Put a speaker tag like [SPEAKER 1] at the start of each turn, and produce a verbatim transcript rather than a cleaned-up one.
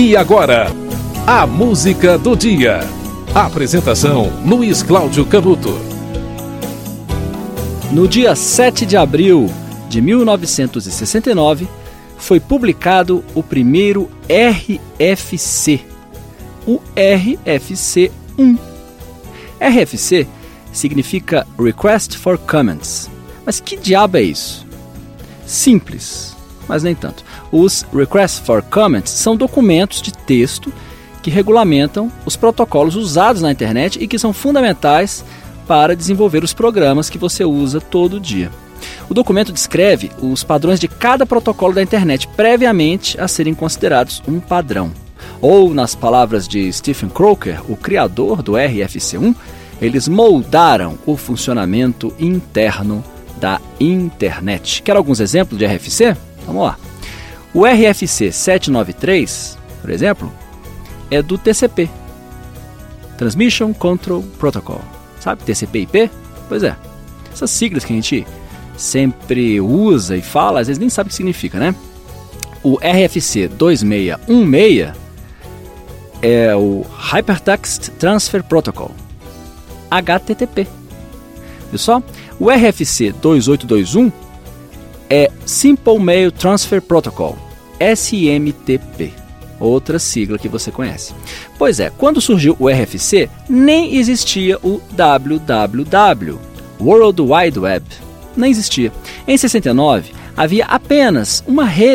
[SPEAKER 1] E agora, a música do dia. Apresentação: Luiz Cláudio Canuto.
[SPEAKER 2] No dia sete de abril de mil novecentos e sessenta e nove, foi publicado o primeiro R F C, o R F C um. R F C significa Request for Comments. Mas que diabo é isso? Simples, mas nem tanto. Os Requests for Comments são documentos de texto que regulamentam os protocolos usados na internet e que são fundamentais para desenvolver os programas que você usa todo dia. O documento descreve os padrões de cada protocolo da internet previamente a serem considerados um padrão. Ou, nas palavras de Stephen Croker, o criador do R F C um, eles moldaram o funcionamento interno da internet. Quer alguns exemplos de R F C? Vamos lá. O R F C setecentos e noventa e três, por exemplo, é do T C P, Transmission Control Protocol. Sabe T C P I P? Pois é. Essas siglas que a gente sempre usa e fala, às vezes nem sabe o que significa, né? O R F C dois seis um seis é o Hypertext Transfer Protocol, H T T P. Viu só? O R F C dois oito dois um é Simple Mail Transfer Protocol, S M T P. Outra sigla que você conhece. Pois é, quando surgiu o R F C, nem existia o W W W, World Wide Web. Nem existia. Em sessenta e nove, havia apenas uma rede